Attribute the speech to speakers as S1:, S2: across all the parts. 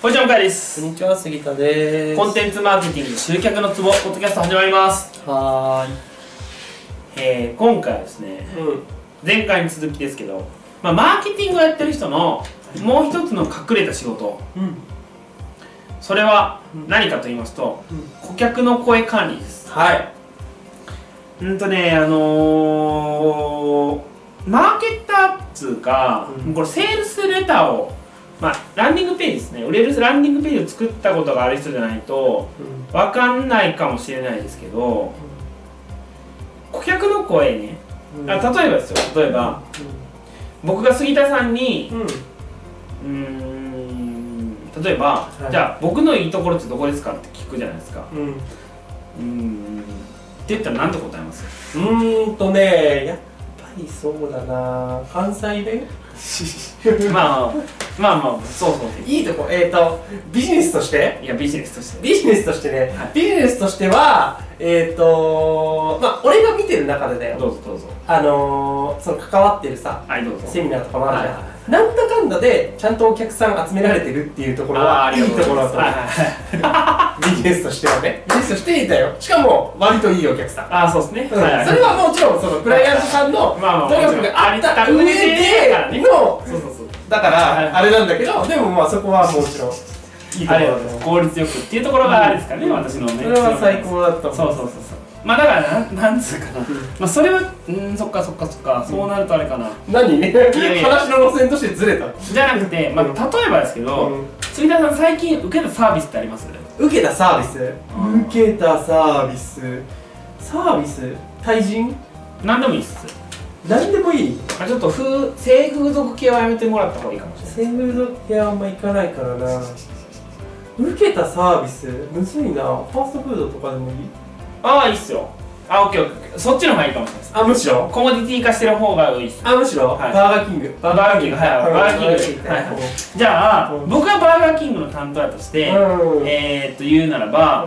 S1: こんにちは、向井です。
S2: こんにちは、杉田です。
S1: コンテンツマーケティング集客のツボポッドキャスト始まります。
S2: は
S1: 今回はですね、前回に続きですけど、マーケティングをやってる人のもう一つの隠れた仕事、それは何かと言いますと、顧客の声管理です。
S2: はい。
S1: マーケッターっつうか、これセールスレターをランディングページですね、売れるランディングページを作ったことがある人じゃないと分かんないかもしれないですけど、顧客の声ね、例えばですよ、例えば、僕が杉田さんに、例えば、じゃあ僕のいいところってどこですかって聞くじゃないですか。って言ったら何て答えます？
S2: やっぱりそうだな、関西弁
S1: そう
S2: いいとこ、ビジネスとして
S1: いや、ビジネスとして
S2: ビジネスとしてね、ビジネスとしては俺が見てる中でだよ。
S1: どうぞどうぞ。
S2: その関わってるさ、セミナーとかもあるじゃん。なんだかんだでちゃんとお客さん集められてるっていうところはいいところだと思う。ビジネスとしてはね、ビジネスとしていいんだよ。しかも割といいお客さん。
S1: そうですね。
S2: それはもちろんそのクライアントさんの努力があった上での、だからあれなんだけど、でもそこはもちろんいいところだと思う。
S1: 効率よくっていうところがあれですからね、私のね。
S2: それは最高だったもん。
S1: そうだからなんつうかな、それはそっかそうなるとあれかな。
S2: 何話の路線としてずれた
S1: じゃなくて、例えばですけど、杉田さん最近受けたサービスってあります？
S2: 受けたサービス対人
S1: 何でもいいっす。
S2: 何でもいい。
S1: ちょっと性風俗系はやめてもらった方がいいかもしれない。
S2: 性風俗系はあんま行かないからな。受けたサービスむずいな。ファーストフードとかでもいい？
S1: いいっすよ。オッケー。そっちの方がいいかもしれないです。
S2: むしろ
S1: コモディティ化してる方がいいっす。
S2: むしろバーガーキングで。
S1: じゃあ僕はバーガーキングの担当だとして言うならば、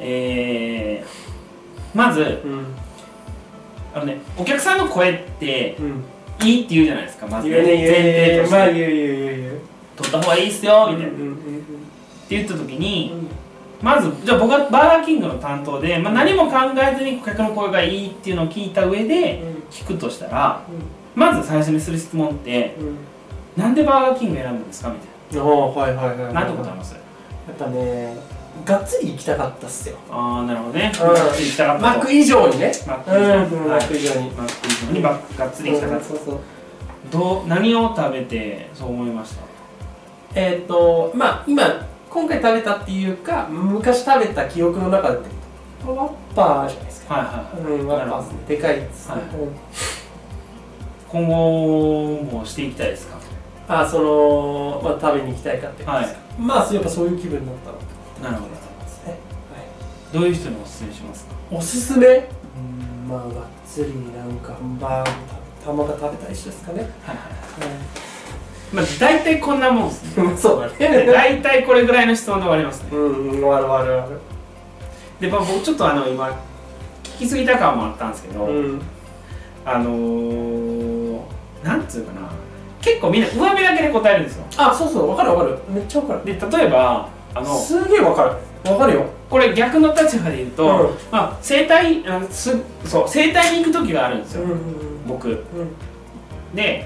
S1: まずお客さんの声っていいって言うじゃないですか。まず前提として取った方がいいっすよみたいなって言った時に、まずじゃあ僕はバーガーキングの担当で、何も考えずに顧客の声がいいっていうのを聞いた上で聞くとしたら、まず最初にする質問ってなんでバーガーキング選んだんですかみたいな。なんて答えます？
S2: やっぱね、がっつり行きたかったっすよ。
S1: なるほどね。がっつり行きたかった。
S2: マック以上にね。
S1: マック以上にがっつり行きたかった。何を食べてそう思いました？
S2: 今回食べたっていうか、昔食べた記憶の中でワッパーじゃないですか。ワッパーですね。でかいですね。
S1: 今後もしていきたいですか？
S2: 食べに行きたいかってことですか。やっぱそういう気分になったの。
S1: なるほど。どういう人におすすめしますか？
S2: おすすめ？がっつりハンバーグ卵が食べたい人ですかね。
S1: 大体こんなもんですね。
S2: そうだね。
S1: 大体これぐらいの質問で終わりますね。
S2: 終わる。
S1: で、僕ちょっと今聞きすぎた感もあったんですけど、なんつうかな、結構みんな上目だけで答えるんですよ。
S2: わかる。めっちゃわかる。
S1: で、例えば
S2: すげえわかるよ。こ
S1: れ逆の立場で言うと、整体に行く時があるんですよ、僕。で、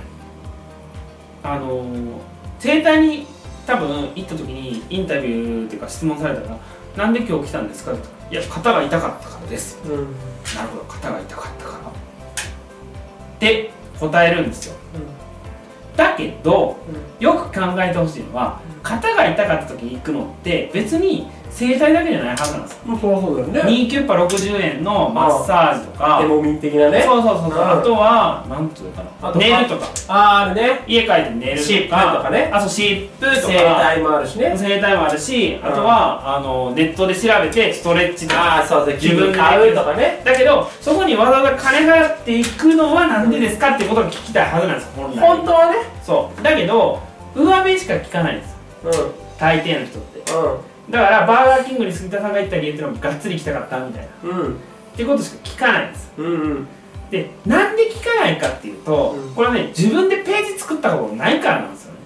S1: 整体に多分行った時にインタビューっていうか質問されたら「なんで今日来たんですか?」って言ったら「いや、肩が痛かったからです」なるほど、肩が痛かったからって答えるんですよ。だけど、よく考えてほしいのは、肩が痛かった時に行くのって別に整体だけじゃないはずなんですよ。
S2: そうだよね。
S1: 2キュッパ60円のマッサージとか、
S2: エモミン的なね。
S1: あとはなんていうかな、ネイルとか、
S2: あるね。
S1: 家帰ってネイルとか、
S2: シップとかね。
S1: シップとか、
S2: 整体もあるしね。
S1: 整体もあるし、あとはネットで調べてストレッチとか
S2: 自分で買うとかね。
S1: だけどそこにわざわざ金払っていくのはなんでですかっていうことが聞きたいはずなんですよ、本来。
S2: 本当はね。
S1: そうだけど上目しか聞かないんですよ、大抵の人って。だからバーガーキングに杉田さんが言った理由っていうのはがっつり行きたかったみたいなっていうことしか聞かないんです。で、なんで聞かないかっていうと、これはね、自分でページ作ったことないからなんですよね。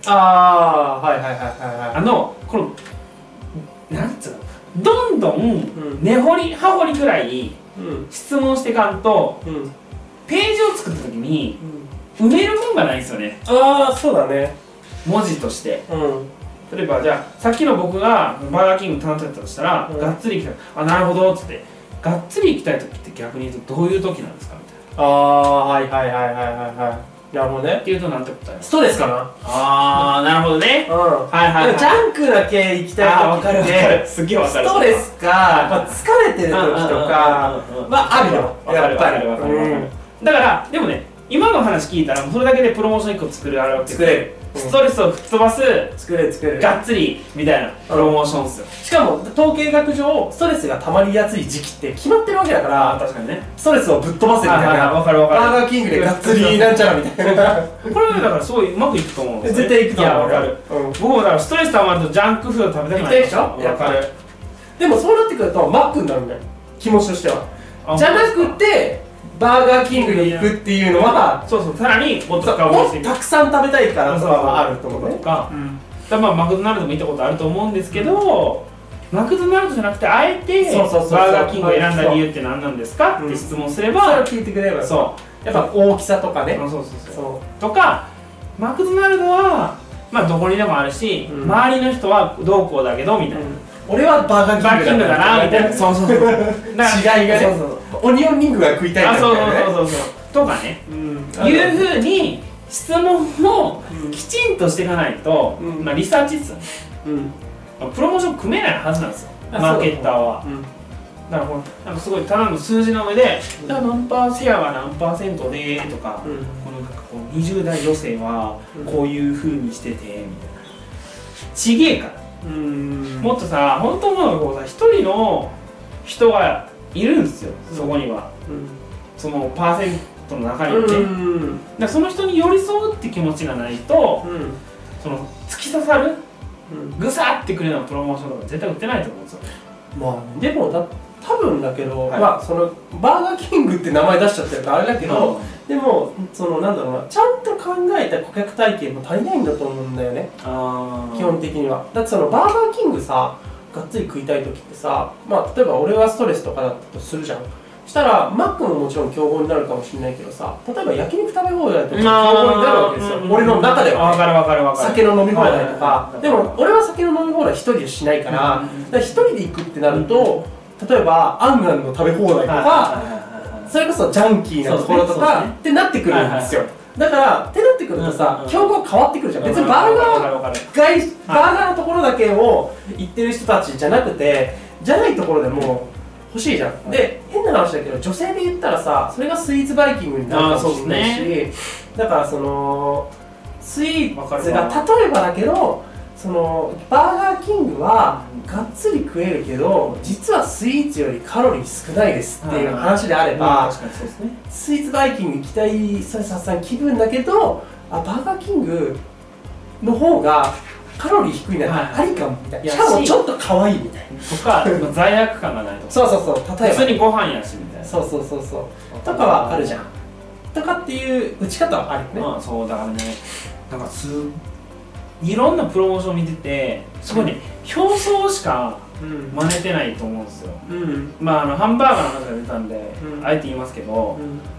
S2: ああ、はいはいはいはいはい。
S1: このなんつうの、どんどん根掘り葉掘りぐらい質問していかんと、ページを作った時に埋めるもんがないんですよね。
S2: ああ、そうだね。
S1: 文字として。例えばじゃあさっきの僕がバーガーキング頼んでたとしたら、がっつり行きたい、あ、なるほどっつって、がっつり行きたい時って逆に言うとどういう時なんですかみたいな。
S2: ああ、はいはいはいはいはいはい。なるほどね。
S1: っていうとなんて答えます？
S2: ストレスかな。
S1: ああ、なるほどね。はいはい。
S2: ジャンクな系行きたい時って
S1: すげえわかる。
S2: ストレスか、疲れてる時とかあるよ。やっぱり。
S1: だからでもね、今の話聞いたらそれだけでプロモーション1個作れるわけ。
S2: 作れる。
S1: ストレスを吹っ飛ばす、
S2: 作れる
S1: がっつりみたいなプロモーションですよ。
S2: しかも統計学上ストレスが溜まりやすい時期って決まってるわけだから、
S1: 確かにね、
S2: ストレスをぶっ飛ばせみたいな。
S1: わかる。
S2: バーガーキングでがっつりなんちゃらみたいな。
S1: これだからすごいうまくいくと思うんですよ。
S2: 絶対いくと思う。
S1: わかる。僕もだからストレス溜まるとジャンクフード食べたくない
S2: でしょ。わかる。でもそうなってくるとマックになるんだよ、気持ちとしては。じゃなくてバーガーキングに行くっていうのは、
S1: そうさらにもっと
S2: たくさん食べたいからとかはあると思うね。
S1: まあマクドナルドも行ったことあると思うんですけど、マクドナルドじゃなくてあえてバーガーキングを選んだ理由って何なんですかって質問すれば、
S2: それを聞いてくれれば、そうやっぱ大きさとかね、
S1: そうとか、マクドナルドはまあどこにでもあるし、周りの人はどうこうだけどみたいな、
S2: 俺はバーガーキング
S1: だなみたいな、そう違
S2: いがね、オニオンリングが食いたいんだよね。
S1: そうとかね、いうふうに質問をきちんとしていかないと、まあリサーチですよね。プロモーション組めないはずなんですよ、マーケッターは。だからなんかすごいただの数字の上で、何パーシェアは何パーセントでとか、このなんかこう20代女性はこういうふうにしててみたいな、ちげえから。もっとさ、本当のこうさ、一人の人がいるんですよ、そこには。そのパーセントの中にね。だからその人に寄り添うって気持ちがないと、その突き刺さる、ぐさってくるようなプロモーションとか絶対売ってないと思うんですよ。
S2: まあでも多分だけど、まあそのバーガーキングって名前出しちゃってるからあれだけど、でもそのなんだろうな、ちゃんと考えた顧客体験も足りないんだと思うんだよね、基本的には。だってそのバーガーキングさ、がっつり食いたい時ってさ、まあ例えば俺はストレスとかだったとするじゃん。したらマックももちろん競合になるかもしれないけどさ、例えば焼肉食べ放題とか競合になるわけですよ、俺の中では、ね。酒の飲み放題とか。でも俺は酒の飲み放題一人でしないから、一人で行くってなると、例えばアンガンの食べ放題とか、それこそジャンキーなところとかってなってくるんですよ。だからってなってくるとさ、競合変わってくるじゃん。別にバーガーのところだけを行ってる人たちじゃなくて、じゃないところでも欲しいじゃん。で、変な話だけど、女性で言ったらさ、それがスイーツバイキングになるかもしれないし、だからそのスイーツが例えばだけど、そのバーガーキングはがっつり食えるけど、実はスイーツよりカロリー少ないですっていう話であれば、スイーツバイキング行きたいささん気分だけど、バーガーキングの方がカロリー低いならありかもみたいな、しかもちょっと可愛いみたいな
S1: とか、罪悪感がないとか、
S2: そう例えば
S1: 普通にご飯やしみたいな、
S2: そうとかはあるじゃんとかっていう打ち方はあるよね。
S1: まあそうだからね、なんかいろんなプロモーション見てて、すごいね、表層しか真似てないと思うんですよ。まあハンバーガーの話が出たんで、あえて言いますけど、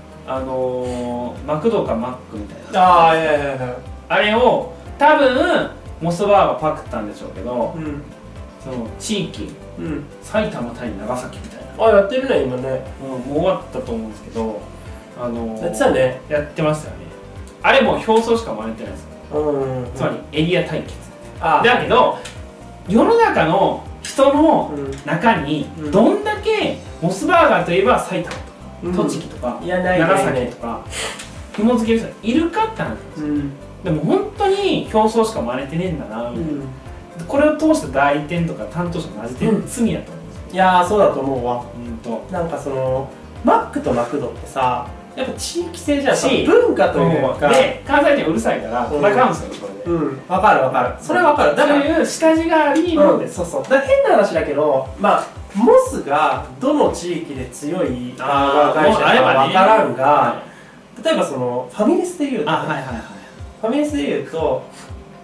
S1: マクドかマックみたいな、あれを多分モスバーガーパクったんでしょうけど、その地域、埼玉対長崎みたいな、
S2: やってるね今ね。
S1: もう終わったと思うんですけど、
S2: やってたね。
S1: やってましたよね。あれも表層しか真似てないです。つまりエリア対決だけど、世の中の人の中にどんだけモスバーガーといえば埼玉とか栃木とか長崎とか紐付ける人がいるかって話なんですよ。でも本当に競争しか真似てねえんだなみたいな、これを通した代理店とか担当者マジで罪だと思うんですよ。
S2: いやーそうだと思うわ。なんかそのマックとマクドってさ、やっぱ地域性じゃんし、文化というか、
S1: で関西人はうるさいから戦うんですよ、これで。
S2: 分かるそれは分かる。
S1: だからそういう下地がありのです。
S2: だから変な話だけど、まあモスがどの地域で強いバーガー会社か分からんが、例えばそのファミレスでいうと、ファミレスでいうと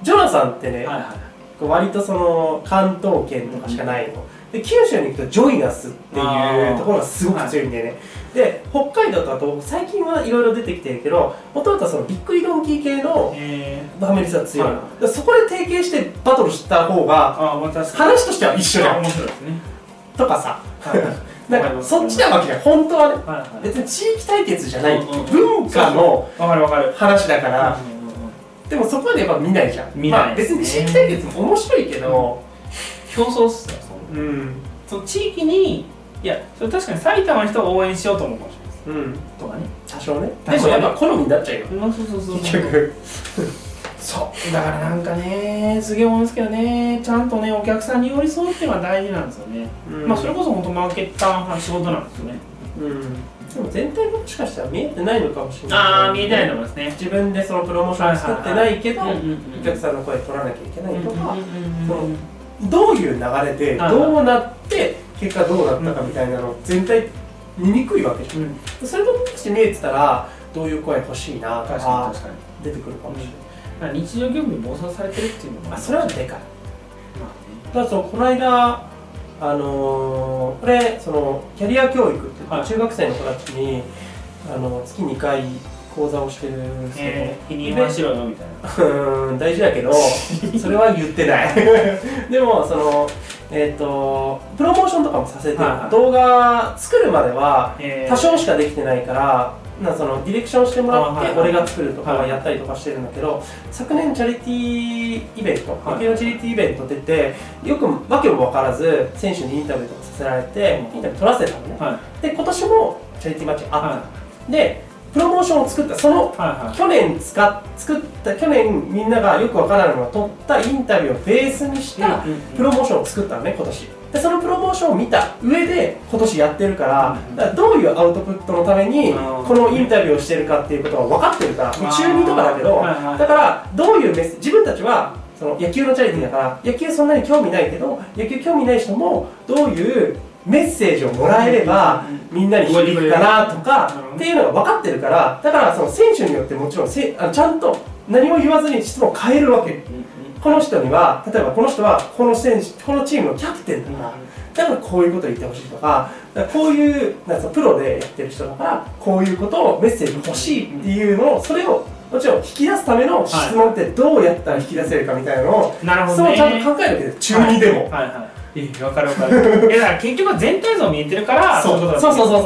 S2: ジョナサンってね、割とその関東圏とかしかないの。で九州に行くとジョイナスっていうところがすごく強いんだよね。で北海道とかと最近はいろいろ出てきてるけど、もともとはそのびっくりドンキー系のファミリスは強いの。そこで提携してバトルした方が話としては一緒だよ。とかさ、なんかそっちなわけじゃん本当はね。別に地域対決じゃない文化の話だから。でもそこまでやっぱ見ないじゃん。まあ別に地域対決も面白いけど、
S1: 競争っすよ。その地域に、いやそれ確かに埼玉の人を応援しようと思うかもしれないです。とかね。
S2: 多少ね。でもやっぱ好みになっちゃうよ。
S1: 結局。そうだからなんかね、すげえ思うんですけどね、ちゃんとねお客さんに寄り添うっていうのは大事なんですよね。まあそれこそ本当マーケッターの仕事なんですよね。
S2: でも全体がもしかしたら見えてないのかもしれない。
S1: 見えてないと思いますね。
S2: 自分でそのプロモーションを作ってないけど、お客さんの声取らなきゃいけないとか、どういう流れでどうなって結果どうなったかみたいなの全体見にくいわけじゃん。それがもし見えてたらどういう声欲しいなとか出てくるかもしれない。
S1: 日常業務に暴走されてるっていうのも
S2: それはでかい。だからこの間これそのキャリア教育って中学生の子たちに月2回講座をしてるんですけど、
S1: 否認はしろよみたい
S2: な。大事だけどそれは言ってないでもそのプロモーションとかもさせてる。動画作るまでは多少しかできてないからそのディレクションしてもらって俺が作るとかはやったりとかしてるんだけど、昨年チャリティーイベント、野球のチャリティーイベント出てよく訳も分からず選手にインタビューとかさせられてインタビュー取らせたのね。で今年もチャリティーマッチあった。でプロモーションを作ったその去年みんながよくわからないのが撮ったインタビューをベースにしたプロモーションを作ったのね今年。でそのプロモーションを見た上で今年やってるから、だからどういうアウトプットのためにこのインタビューをしてるかっていうことが分かってるから、中2とかだけど、だからどういう自分たちはその野球のチャリティーだから野球そんなに興味ないけど野球興味ない人もどういうメッセージをもらえればみんなに響くかなとかっていうのが分かってるから、だからその選手によってもちろんちゃんと何も言わずに質問を変えるわけ。この人には例えばこの人はこのチームのキャプテンだからこういうことを言ってほしいとか、こういうプロでやってる人だからこういうことをメッセージ欲しいっていうのを、それをもちろん引き出すための質問ってどうやったら引き出せるかみたいなのをそうちゃんと考えるわけです。中2でも。
S1: 分かる分かる。だから結局は全体像見えてるから
S2: そう分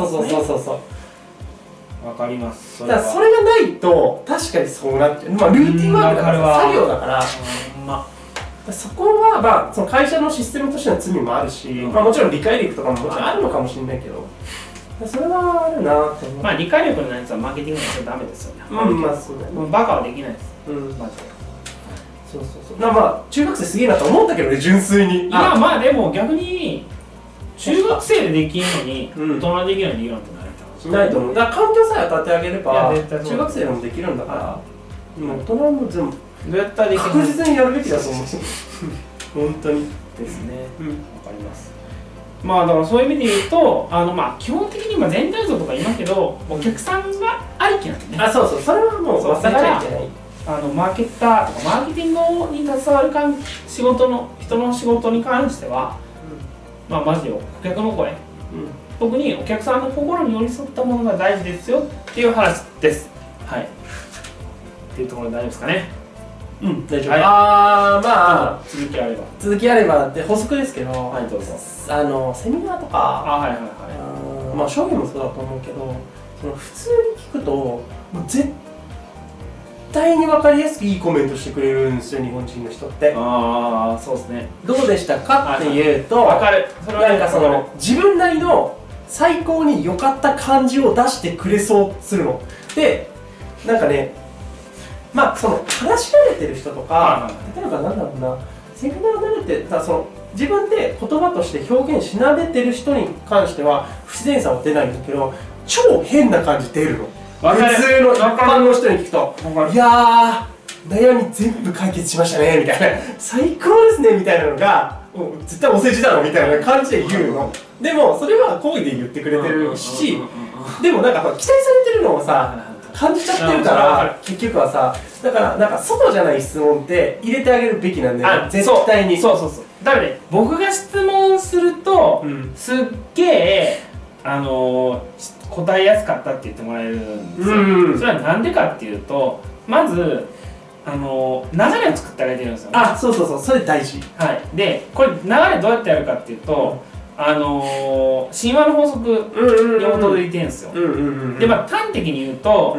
S1: かります。
S2: だからそれがないと確かにそうなって、まあルーティンワークだから作業だから、そこはまあその会社のシステムとしての罪もあるし、まあもちろん理解力とかももちろんあるのかもしれないけど、それはあるなって思う。
S1: まあ理解力のやつはマーケティングにしちゃダメですよね。
S2: まあそうだね。
S1: バカはできないです。マジで。
S2: まあ中学生すげえなと思ったけどね、純粋に。
S1: まあでも逆に中学生でできるのに大人でできるのに理由なんて
S2: ないと思う。だから環境さえ与えてあげれば中学生でもできるんだから、大人も全部
S1: どうやったらできる
S2: 確実にやるべきだと思う本当に
S1: ですね。わかります。まあだからそういう意味で言うとまあ基本的に今全体像とか言いますけどお客さんがありきなんでね。
S2: そうそれはもう忘れちゃいけない。
S1: マーケッターとかマーケティングに携わる人の仕事に関しては、まあマジで顧客の声、特にお客さんの心に寄り添ったものが大事ですよっていう話です。はい。っていうところで大丈夫ですかね。
S2: 大丈夫。まあ
S1: 続きあれば
S2: って補足ですけど、
S1: はいどうぞ。
S2: セミナーとか、まあ商品もそうだと思うけど、その普通に聞くともう絶対に分かりやすくいいコメントしてくれるんですよ、日本人の人って。
S1: そうですね。
S2: どうでしたかっていうと、
S1: 分かる。
S2: なんかその自分なりの最高に良かった感じを出してくれそうするので、なんかね、まあその話し慣れてる人とか、例えばなんだろうな、セミナー慣れてたその自分で言葉として表現し慣れてる人に関しては不自然さは出ないんだけど、超変な感じ出るの。普通の一般の人に聞くと、いやー悩み全部解決しましたねみたいな、最高ですねみたいなのが絶対お世辞だろみたいな感じで言うの。でもそれは好意で言ってくれてるし、でもなんか期待されてるのをさ、 感じちゃってるから結局はさ、だからなんか外じゃない質問って入れてあげるべきなんだよね、絶対に。
S1: そうだからね、僕が質問すると、すっげえ答えやすかったって言ってもらえるんですよ。それはなんでかっていうと、まず流れを作ってあげてるんですよ、ね。
S2: そうそれ大事。
S1: はい。でこれ流れどうやってやるかっていうと、神話の法則に基づいてるんですよ。で端的に言うと、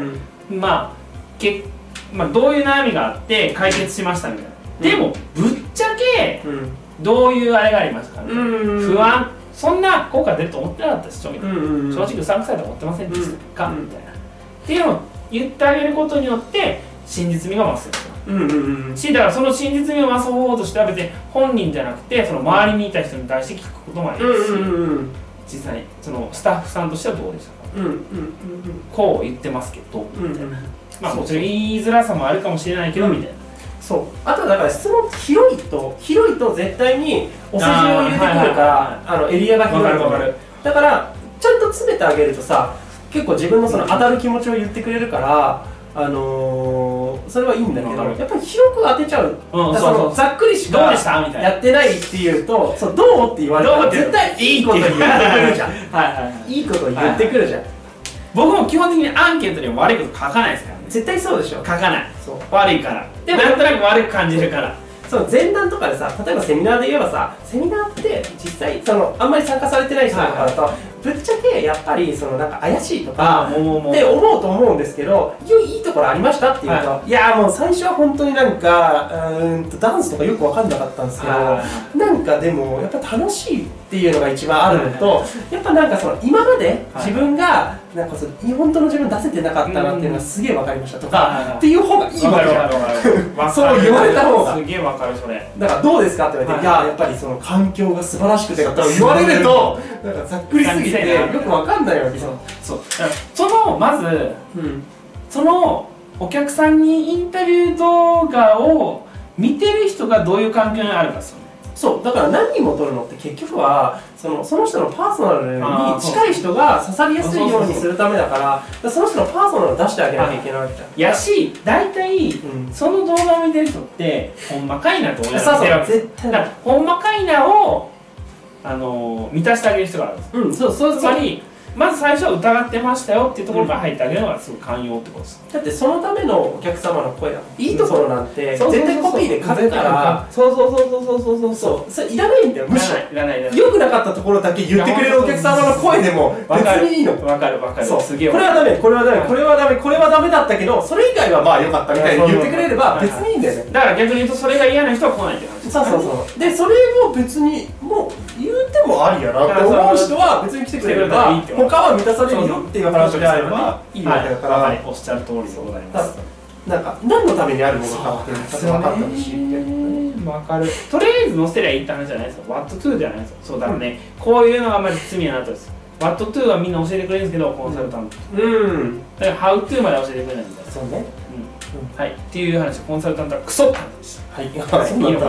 S1: どういう悩みがあって解決しましたみたいな。でもぶっちゃけどういうあれがありますかね。不安、そんな効果出ると思ってなかったですよみたいな。正直うさんくさいと思ってませんでしたかみたいな。っていうのを言ってあげることによって真実味が増すんですよ。だからその真実味を増す方法としては別に本人じゃなくてその周りにいた人に対して聞くこともありますし、実際そのスタッフさんとしてはどうでしたか、こう言ってますけどみたいな。もちろん言いづらさもあるかもしれないけどみたいな。
S2: そうあとはだから質問広いと絶対にお世辞を入れてくるからエリアが広いとだからちゃんと詰めてあげるとさ、結構自分のその当たる気持ちを言ってくれるからそれはいいんだけど、やっぱり広く当てちゃう。ざっくりしかやってないっていうと、どうって言われたら絶対いいこと言ってくるじゃん。いいこと言ってくるじゃん。
S1: 僕も基本的にアンケートにも悪いこと書かないですからね。
S2: 絶対そうでしょ。
S1: 書かない。悪いから。でもなんとなく悪く感じるから。
S2: 前段とかでさ、例えばセミナーで言えばさ、セミナーって実際あんまり参加されてない人とかだと、ぶっちゃけやっぱりなんか怪しいとかって思うと思うんですけど、いいところありましたっていうと、いやもう最初は本当になんかダンスとかよく分かんなかったんですけど、なんかでもやっぱ楽しいっていうのが一番あるのと、やっぱなんか今まで自分がなんか本当の自分出せてなかったなっていうのがすげえ分かりましたとかっていう方がいいわけじゃん。そう言われた方が
S1: すげえ分かる。それ
S2: だからどうですかって言われて、いややっぱり環境が素晴らしくてと言われるとなんかざっくりすぎてよく分かんないわけ。
S1: まずそのお客さんにインタビュー動画を見てる人がどういう環境にあるかですよね。
S2: そうだから何人も撮るのって結局はその人のパーソナルに近い人が刺さりやすいようにするためだから、その人のパーソナルを出してあげなきゃいけないわけじゃん。
S1: やし大体その動画を見てる人ってほんまかいなと思いながら見てるわけです。だからほんまかいなを満たしてあげる人があるんです。つまりまず最初は疑ってましたよっていうところから入ってあげるのがすごい寛容ってことです。
S2: だってそのためのお客様の声だ。いいところなんて絶対コピーで書くから、それいらないんだよ。むしろ良くなかったところだけ言ってくれるお客様の声でも別にいいの。
S1: 分かるすげえ。
S2: これはダメ、これはダメ、これはダメ、これはダメだったけどそれ以外はまあ良かったみたいに言ってくれれば別にいいんだよね。
S1: だから逆に言うとそれが嫌な人は来ないって感じ。
S2: でそれも別にもう言うてもありやなって思う人は別に来てくれれば他は満たされるよっていう話であればいいわけだから。
S1: おっしゃる通りでございます。
S2: なんか何のためにあるものかっていうのが分かってほしい。
S1: 分かる。とりあえず載せりゃいいって話じゃないですよ。What to じゃないですよ。そうだからね、こういうのがまず罪やなとです。What to はみんな教えてくれるんですけど、コンサルタント。だから How to まで教えてくれないみたいな。
S2: そうね。
S1: はい。っていう話、コンサルタントはクソって話です。
S2: はい。いいのかな。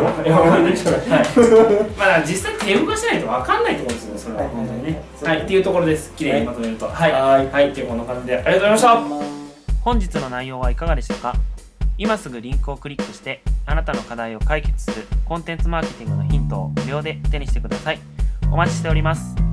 S1: まあ実際手動かしないと分かんないってことですよね。それは本当にね。はい。っていうところです。綺麗にまとめると。はい。はい。っていうこんな感じでありがとうございました。本日の内容はいかがでしたか？今すぐリンクをクリックしてあなたの課題を解決するコンテンツマーケティングのヒントを無料で手にしてください。お待ちしております。